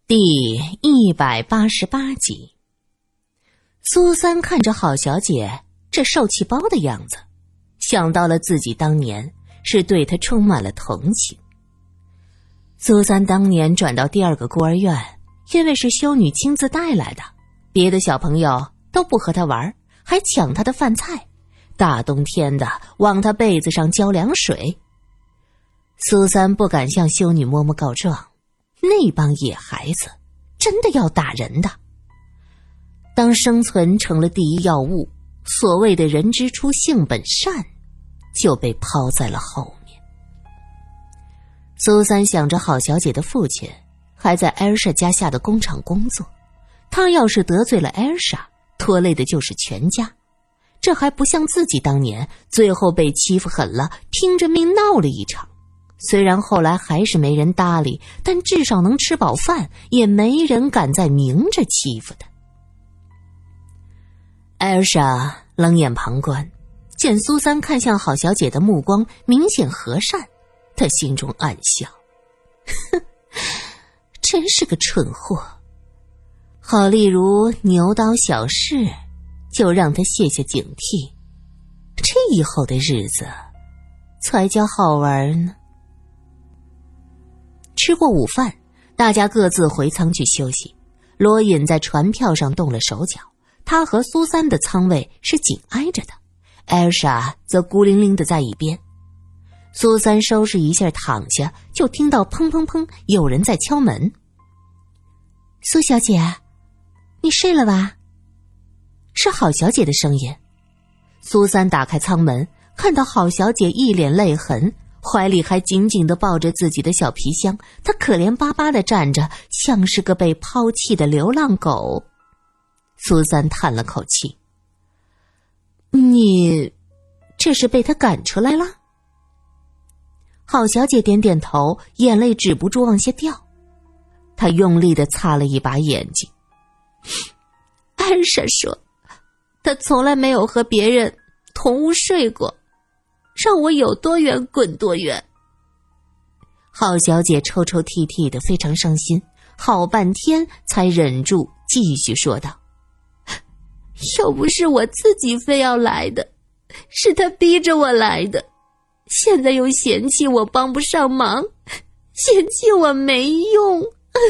第188集。苏三看着郝小姐这受气包的样子，想到了自己当年，是对她充满了同情。苏三当年转到第2个孤儿院，因为是修女亲自带来的，别的小朋友都不和她玩，还抢她的饭菜，大冬天的往她被子上浇凉水。苏三不敢向修女嬷嬷告状，那帮野孩子真的要打人的。当生存成了第一要务，所谓的人之初性本善就被抛在了后面。苏三想着郝小姐的父亲还在艾尔莎家下的工厂工作，他要是得罪了艾尔莎，拖累的就是全家。这还不像自己当年最后被欺负狠了，拼着命闹了一场。虽然后来还是没人搭理，但至少能吃饱饭，也没人敢再明着欺负他。艾尔莎冷眼旁观，见苏三看向郝小姐的目光明显和善，她心中暗笑，哼，真是个蠢货。好例如牛刀小试，就让他卸下警惕，这以后的日子才叫好玩呢。吃过午饭，大家各自回舱去休息。罗隐在船票上动了手脚，他和苏三的舱位是紧挨着的，艾尔莎则孤零零地在一边。苏三收拾一下躺下，就听到砰砰砰有人在敲门。苏小姐，你睡了吧？是郝小姐的声音。苏三打开舱门，看到郝小姐一脸泪痕，怀里还紧紧地抱着自己的小皮箱，她可怜巴巴地站着，像是个被抛弃的流浪狗。苏三叹了口气，你这是被他赶出来了？郝小姐点点头，眼泪止不住往下掉。她用力地擦了一把眼睛。艾尔莎说，她从来没有和别人同屋睡过，让我有多远滚多远。郝小姐抽抽啼啼的，非常伤心，好半天才忍住继续说道，又不是我自己非要来的，是他逼着我来的，现在又嫌弃我帮不上忙，嫌弃我没用。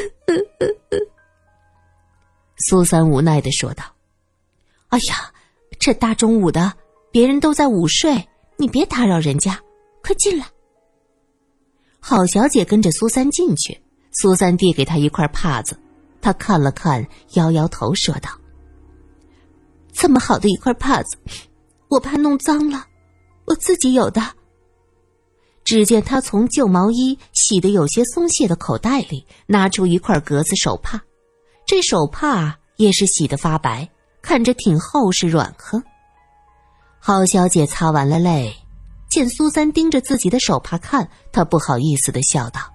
苏三无奈地说道，哎呀，这大中午的，别人都在午睡，你别打扰人家，快进来。郝小姐跟着苏三进去，苏三递给她一块帕子，她看了看，摇摇头说道，这么好的一块帕子，我怕弄脏了，我自己有的。只见他从旧毛衣洗得有些松懈的口袋里拿出一块格子手帕，这手帕也是洗得发白，看着挺厚实软和。郝小姐擦完了泪，见苏三盯着自己的手帕看，她不好意思地笑道，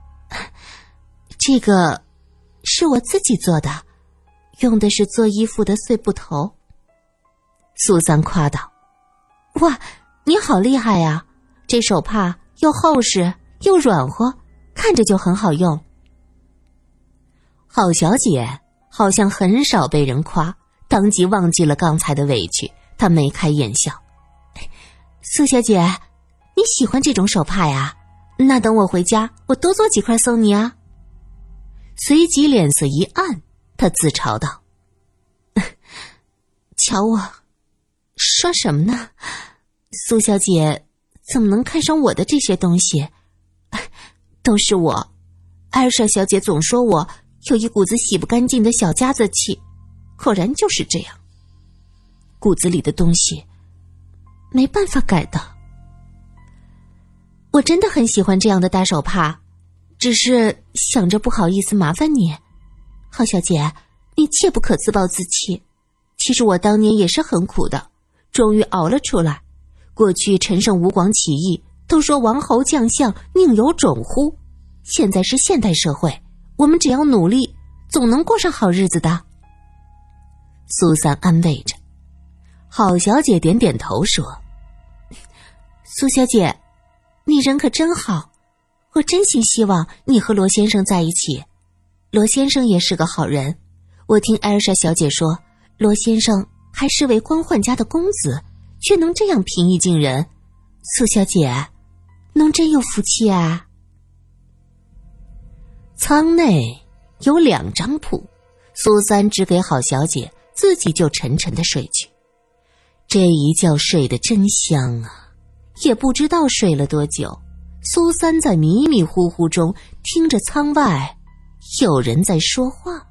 这个是我自己做的，用的是做衣服的碎布头。苏三夸道，哇，你好厉害呀，这手帕又厚实又软和，看着就很好用。郝小姐好像很少被人夸，当即忘记了刚才的委屈，她眉开眼笑，苏小姐，你喜欢这种手帕呀？那等我回家，我多做几块送你啊。随即脸色一暗，她自嘲道，瞧我说什么呢？苏小姐怎么能看上我的这些东西？都是我，艾尔莎小姐总说我有一股子洗不干净的小家子气，果然就是这样，骨子里的东西没办法改的。我真的很喜欢这样的大手帕，只是想着不好意思麻烦你。郝小姐，你切不可自暴自弃，其实我当年也是很苦的，终于熬了出来。过去陈胜吴广起义都说王侯将相宁有种乎，现在是现代社会，我们只要努力，总能过上好日子的。苏三安慰着。郝小姐点点头说，苏小姐，你人可真好，我真心希望你和罗先生在一起， 罗先生也是个好人。我听艾尔莎小姐说，罗先生还是位官宦家的公子，却能这样平易近人。苏小姐，侬真有福气啊。舱内有2张铺，苏三只给好小姐，自己就沉沉地睡去。这一觉睡得真香啊，也不知道睡了多久。苏三在迷迷糊糊中听着舱外有人在说话。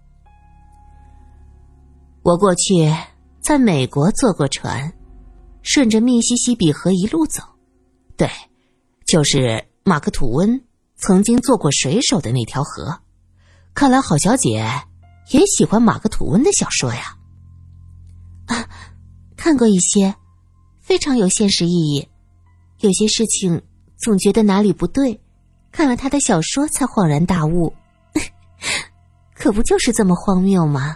我过去在美国坐过船，顺着密西西比河一路走，对，就是马克吐温曾经做过水手的那条河。看来好小姐也喜欢马克吐温的小说呀。啊，看过一些，非常有现实意义。有些事情总觉得哪里不对，看了他的小说才恍然大悟。可不就是这么荒谬吗？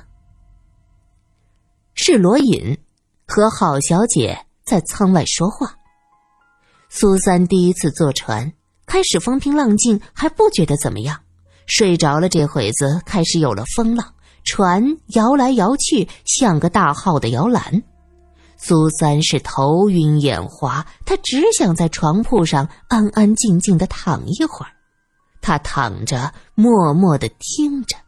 是罗隐和好小姐在舱外说话。苏三第一次坐船，开始风平浪静，还不觉得怎么样。睡着了这会子，开始有了风浪，船摇来摇去，像个大号的摇篮。苏三是头晕眼花，他只想在床铺上安安静静地躺一会儿。他躺着，默默地听着。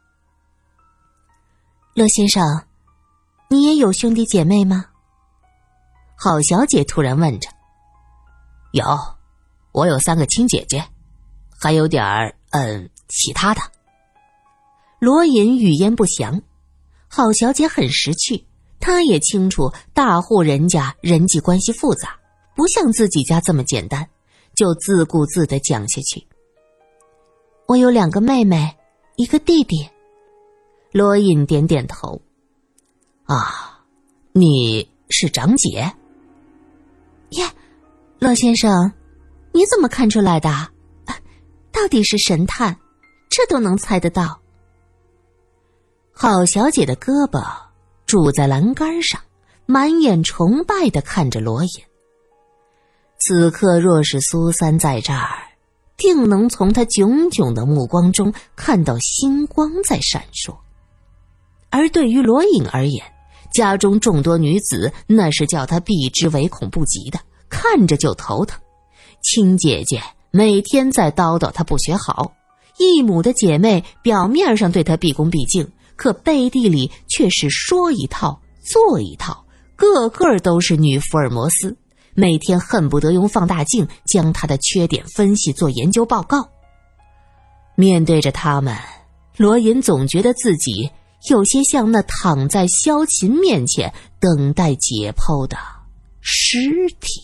乐先生，你也有兄弟姐妹吗？好小姐突然问着。有，我有3个亲姐姐，还有点其他的。罗隐语焉不详。好小姐很识趣，她也清楚大户人家人际关系复杂，不像自己家这么简单，就自顾自地讲下去。我有2个妹妹，1个弟弟。罗隐点点头。啊，你是长姐？耶，罗先生，你怎么看出来的？到底是神探，这都能猜得到。好小姐的胳膊拄在栏杆上，满眼崇拜地看着罗隐。此刻若是苏三在这儿，定能从他炯炯的目光中看到星光在闪烁。而对于罗隐而言，家中众多女子那是叫他避之唯恐不及的，看着就头疼。亲姐姐每天在叨叨他不学好，异母的姐妹表面上对他毕恭毕敬，可背地里却是说一套做一套，个个都是女福尔摩斯，每天恨不得用放大镜将他的缺点分析做研究报告。面对着他们，罗隐总觉得自己有些像那躺在萧琴面前等待解剖的尸体。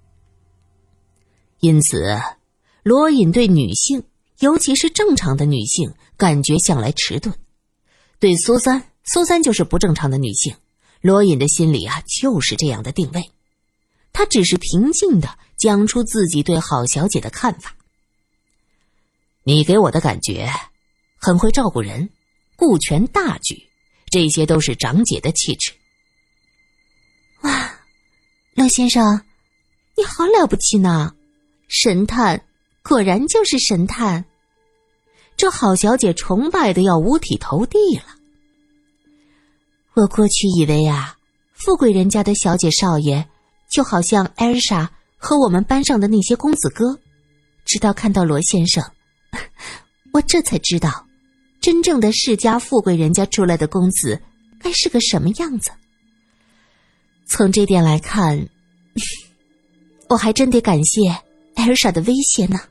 因此，罗隐对女性，尤其是正常的女性，感觉向来迟钝。对苏三就是不正常的女性，罗隐的心里就是这样的定位。他只是平静地讲出自己对好小姐的看法。你给我的感觉，很会照顾人，顾全大局，这些都是长姐的气质。哇，乐先生，你好了不起呢！神探，果然就是神探。这好小姐崇拜的要五体投地了。我过去以为富贵人家的小姐少爷就好像艾尔莎和我们班上的那些公子哥，直到看到罗先生，我这才知道真正的世家富贵人家出来的公子该是个什么样子。从这点来看，我还真得感谢艾尔莎的威胁呢。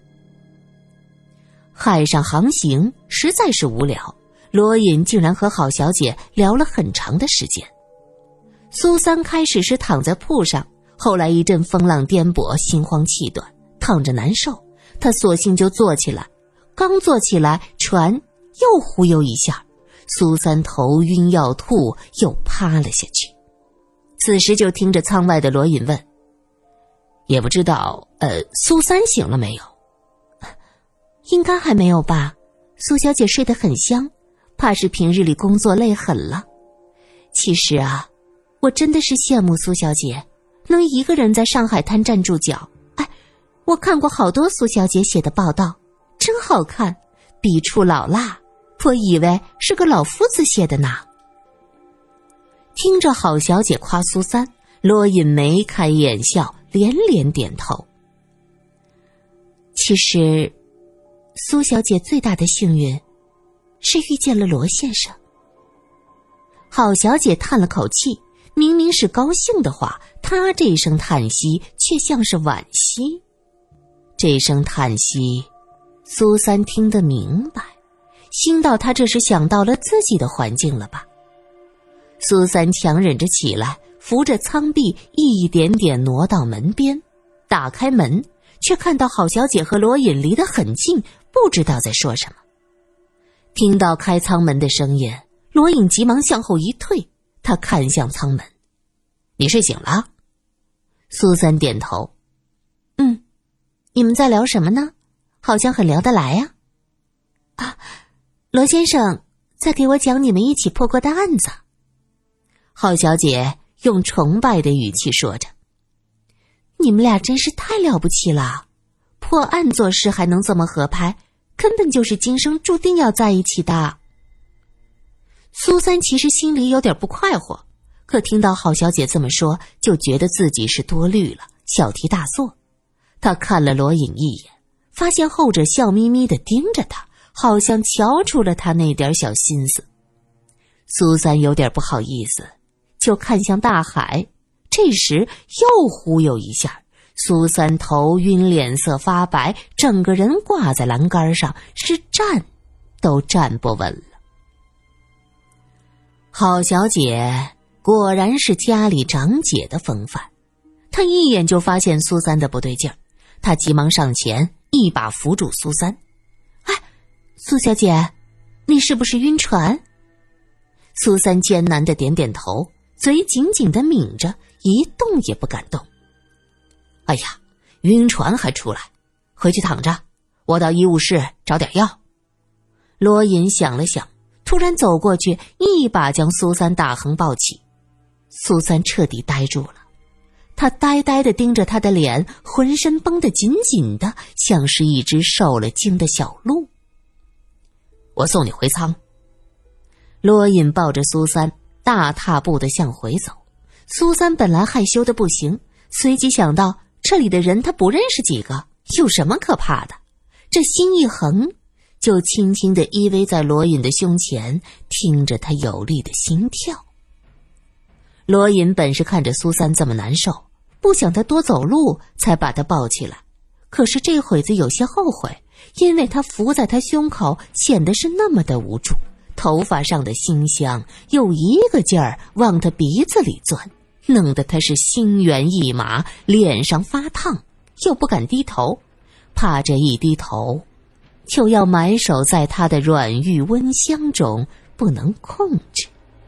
海上航行实在是无聊，罗隐竟然和好小姐聊了很长的时间。苏三开始是躺在铺上，后来一阵风浪颠簸，心慌气短，躺着难受，他索性就坐起来。刚坐起来，船又忽悠一下，苏三头晕要吐，又趴了下去。此时就听着舱外的罗隐问，也不知道苏三醒了没有？应该还没有吧，苏小姐睡得很香，怕是平日里工作累狠了。其实我真的是羡慕苏小姐能一个人在上海滩站住脚。我看过好多苏小姐写的报道，真好看，笔触老辣， 我以为是个老夫子写的呢。听着郝小姐夸苏三，罗隐眉开眼笑，连连点头。其实苏小姐最大的幸运是遇见了罗先生。郝小姐叹了口气，明明是高兴的话，她这声叹息却像是惋惜。这声叹息苏三听得明白，心道他这是想到了自己的环境了吧。苏三强忍着起来，扶着舱壁一点点挪到门边，打开门，却看到郝小姐和罗隐离得很近，不知道在说什么。听到开舱门的声音，罗隐急忙向后一退，他看向舱门。你睡醒了？苏三点头。你们在聊什么呢？好像很聊得来呀。罗先生在给我讲你们一起破过的案子。郝小姐用崇拜的语气说着。你们俩真是太了不起了，破案做事还能这么合拍，根本就是今生注定要在一起的。苏三其实心里有点不快活，可听到郝小姐这么说，就觉得自己是多虑了，小题大做。他看了罗隐一眼，发现后者笑眯眯地盯着他，好像瞧出了他那点小心思。苏三有点不好意思，就看向大海。这时又忽悠一下，苏三头晕，脸色发白，整个人挂在栏杆上，是站都站不稳了。郝小姐果然是家里长姐的风范，她一眼就发现苏三的不对劲儿，她急忙上前一把扶住苏三。苏小姐，你是不是晕船？苏三艰难地点点头，嘴紧紧地抿着，一动也不敢动。哎呀，晕船还出来，回去躺着，我到医务室找点药。罗隐想了想，突然走过去，一把将苏三大横抱起。苏三彻底呆住了，他呆呆地盯着他的脸，浑身绷得紧紧的，像是一只受了惊的小鹿。我送你回舱。罗隐抱着苏三大踏步地向回走。苏三本来害羞的不行，随即想到这里的人他不认识几个，有什么可怕的，这心一横，就轻轻地依偎在罗隐的胸前，听着他有力的心跳。罗隐本是看着苏三这么难受，不想他多走路，才把他抱起来，可是这会子有些后悔，因为他伏在他胸口显得是那么的无助，头发上的馨香又一个劲儿往他鼻子里钻，弄得他是心猿意马，脸上发烫，又不敢低头，怕这一低头就要埋首在他的软玉温香中不能控制。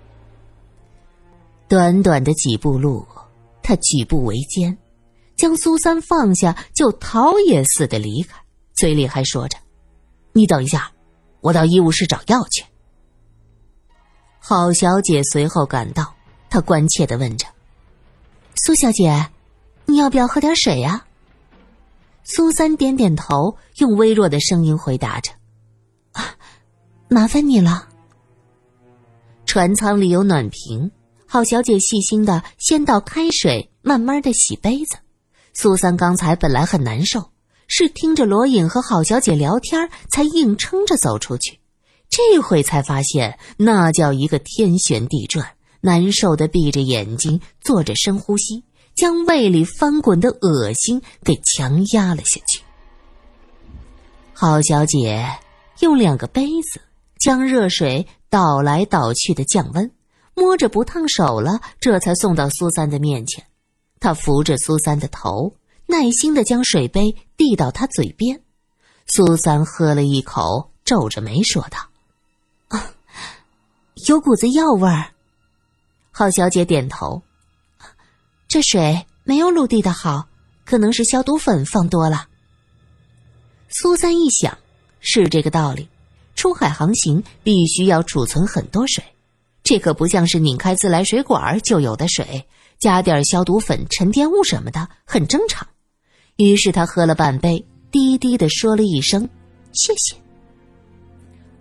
短短的几步路，他举步维艰，将苏三放下就逃也似的离开，嘴里还说着，你等一下，我到医务室找药去。郝小姐随后赶到，她关切地问着，苏小姐，你要不要喝点水呀？苏三点点头，用微弱的声音回答着，麻烦你了。船舱里有暖瓶，郝小姐细心地先倒开水，慢慢地洗杯子。苏三刚才本来很难受，是听着罗隐和郝小姐聊天才硬撑着走出去，这回才发现那叫一个天旋地转，难受地闭着眼睛做着深呼吸，将胃里翻滚的恶心给强压了下去。郝小姐用2个杯子将热水倒来倒去的降温，摸着不烫手了，这才送到苏三的面前。她扶着苏三的头，耐心地将水杯递到他嘴边。苏三喝了一口，皱着眉说道，有股子药味儿。郝小姐点头，这水没有陆地的好，可能是消毒粉放多了。苏三一想，是这个道理，出海航行必须要储存很多水，这可不像是拧开自来水管就有的水，加点消毒粉、沉淀物什么的很正常。于是他喝了半杯，低低地说了一声谢谢。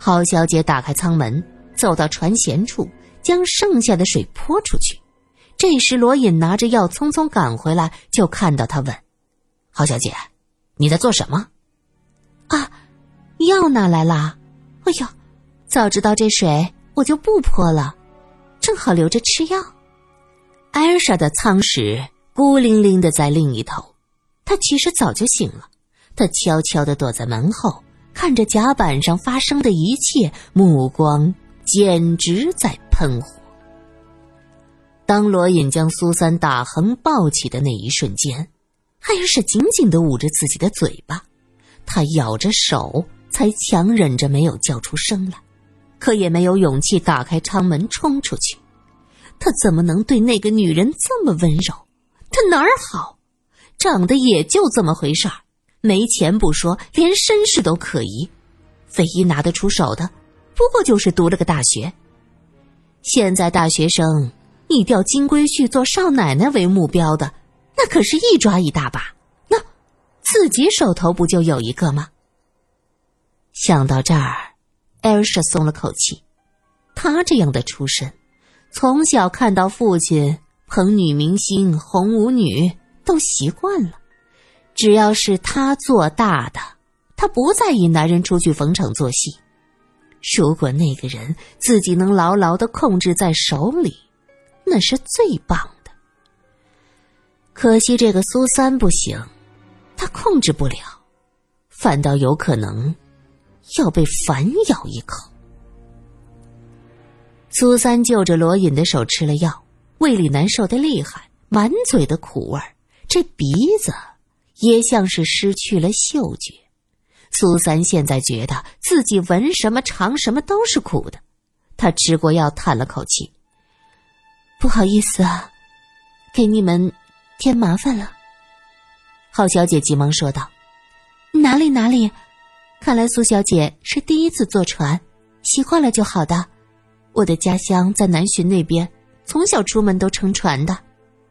郝小姐打开舱门，走到船舷处，将剩下的水泼出去。这时罗隐拿着药匆匆赶回来，就看到她问：郝小姐，你在做什么？啊，药拿来啦。哎呦，早知道这水我就不泼了，正好留着吃药。艾尔莎的舱室孤零零的在另一头，她其实早就醒了。她悄悄地躲在门后，看着甲板上发生的一切，目光简直在喷火。当罗隐将苏三大横抱起的那一瞬间，艾尔莎紧紧地捂着自己的嘴巴，她咬着手，才强忍着没有叫出声来，可也没有勇气打开舱门冲出去。他怎么能对那个女人这么温柔？他哪儿好？长得也就这么回事儿，没钱不说，连身世都可疑。唯一拿得出手的，不过就是读了个大学。现在大学生以钓金龟婿做少奶奶为目标的，那可是一抓一大把。那自己手头不就有一个吗？想到这儿，艾尔莎松了口气。她这样的出身，从小看到父亲捧女明星、红舞女，都习惯了。只要是他做大的，他不在意男人出去逢场作戏。如果那个人自己能牢牢地控制在手里，那是最棒的。可惜这个苏三不行，他控制不了，反倒有可能要被反咬一口。苏三就着罗隐的手吃了药，胃里难受得厉害，满嘴的苦味，这鼻子也像是失去了嗅觉。苏三现在觉得自己闻什么尝什么都是苦的，他吃过药叹了口气：不好意思啊，给你们添麻烦了。郝小姐急忙说道：哪里哪里，看来苏小姐是第一次坐船，习惯了就好的。我的家乡在南浔那边，从小出门都乘船的。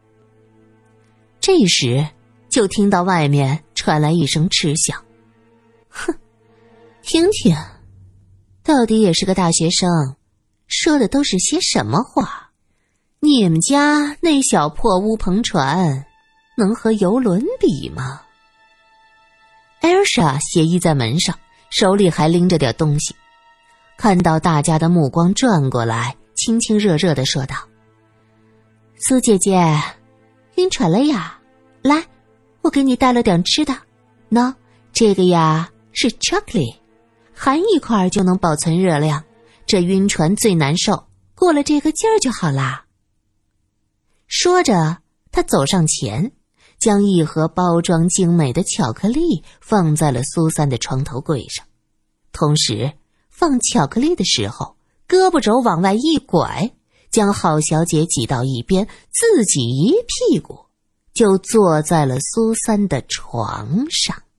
这时就听到外面传来一声嗤笑：哼，听听，到底也是个大学生，说的都是些什么话？你们家那小破乌篷船能和游轮比吗？艾尔莎斜依在门上，手里还拎着点东西，看到大家的目光转过来，亲亲热热地说道：苏姐姐，晕船了呀？来，我给你带了点吃的。喏，这个呀是 chocolate， 含一块就能保存热量，这晕船最难受，过了这个劲儿就好啦。说着，他走上前，将一盒包装精美的巧克力放在了苏三的床头柜上，同时放巧克力的时候，胳膊肘往外一拐，将郝小姐挤到一边，自己一屁股就坐在了苏三的床上。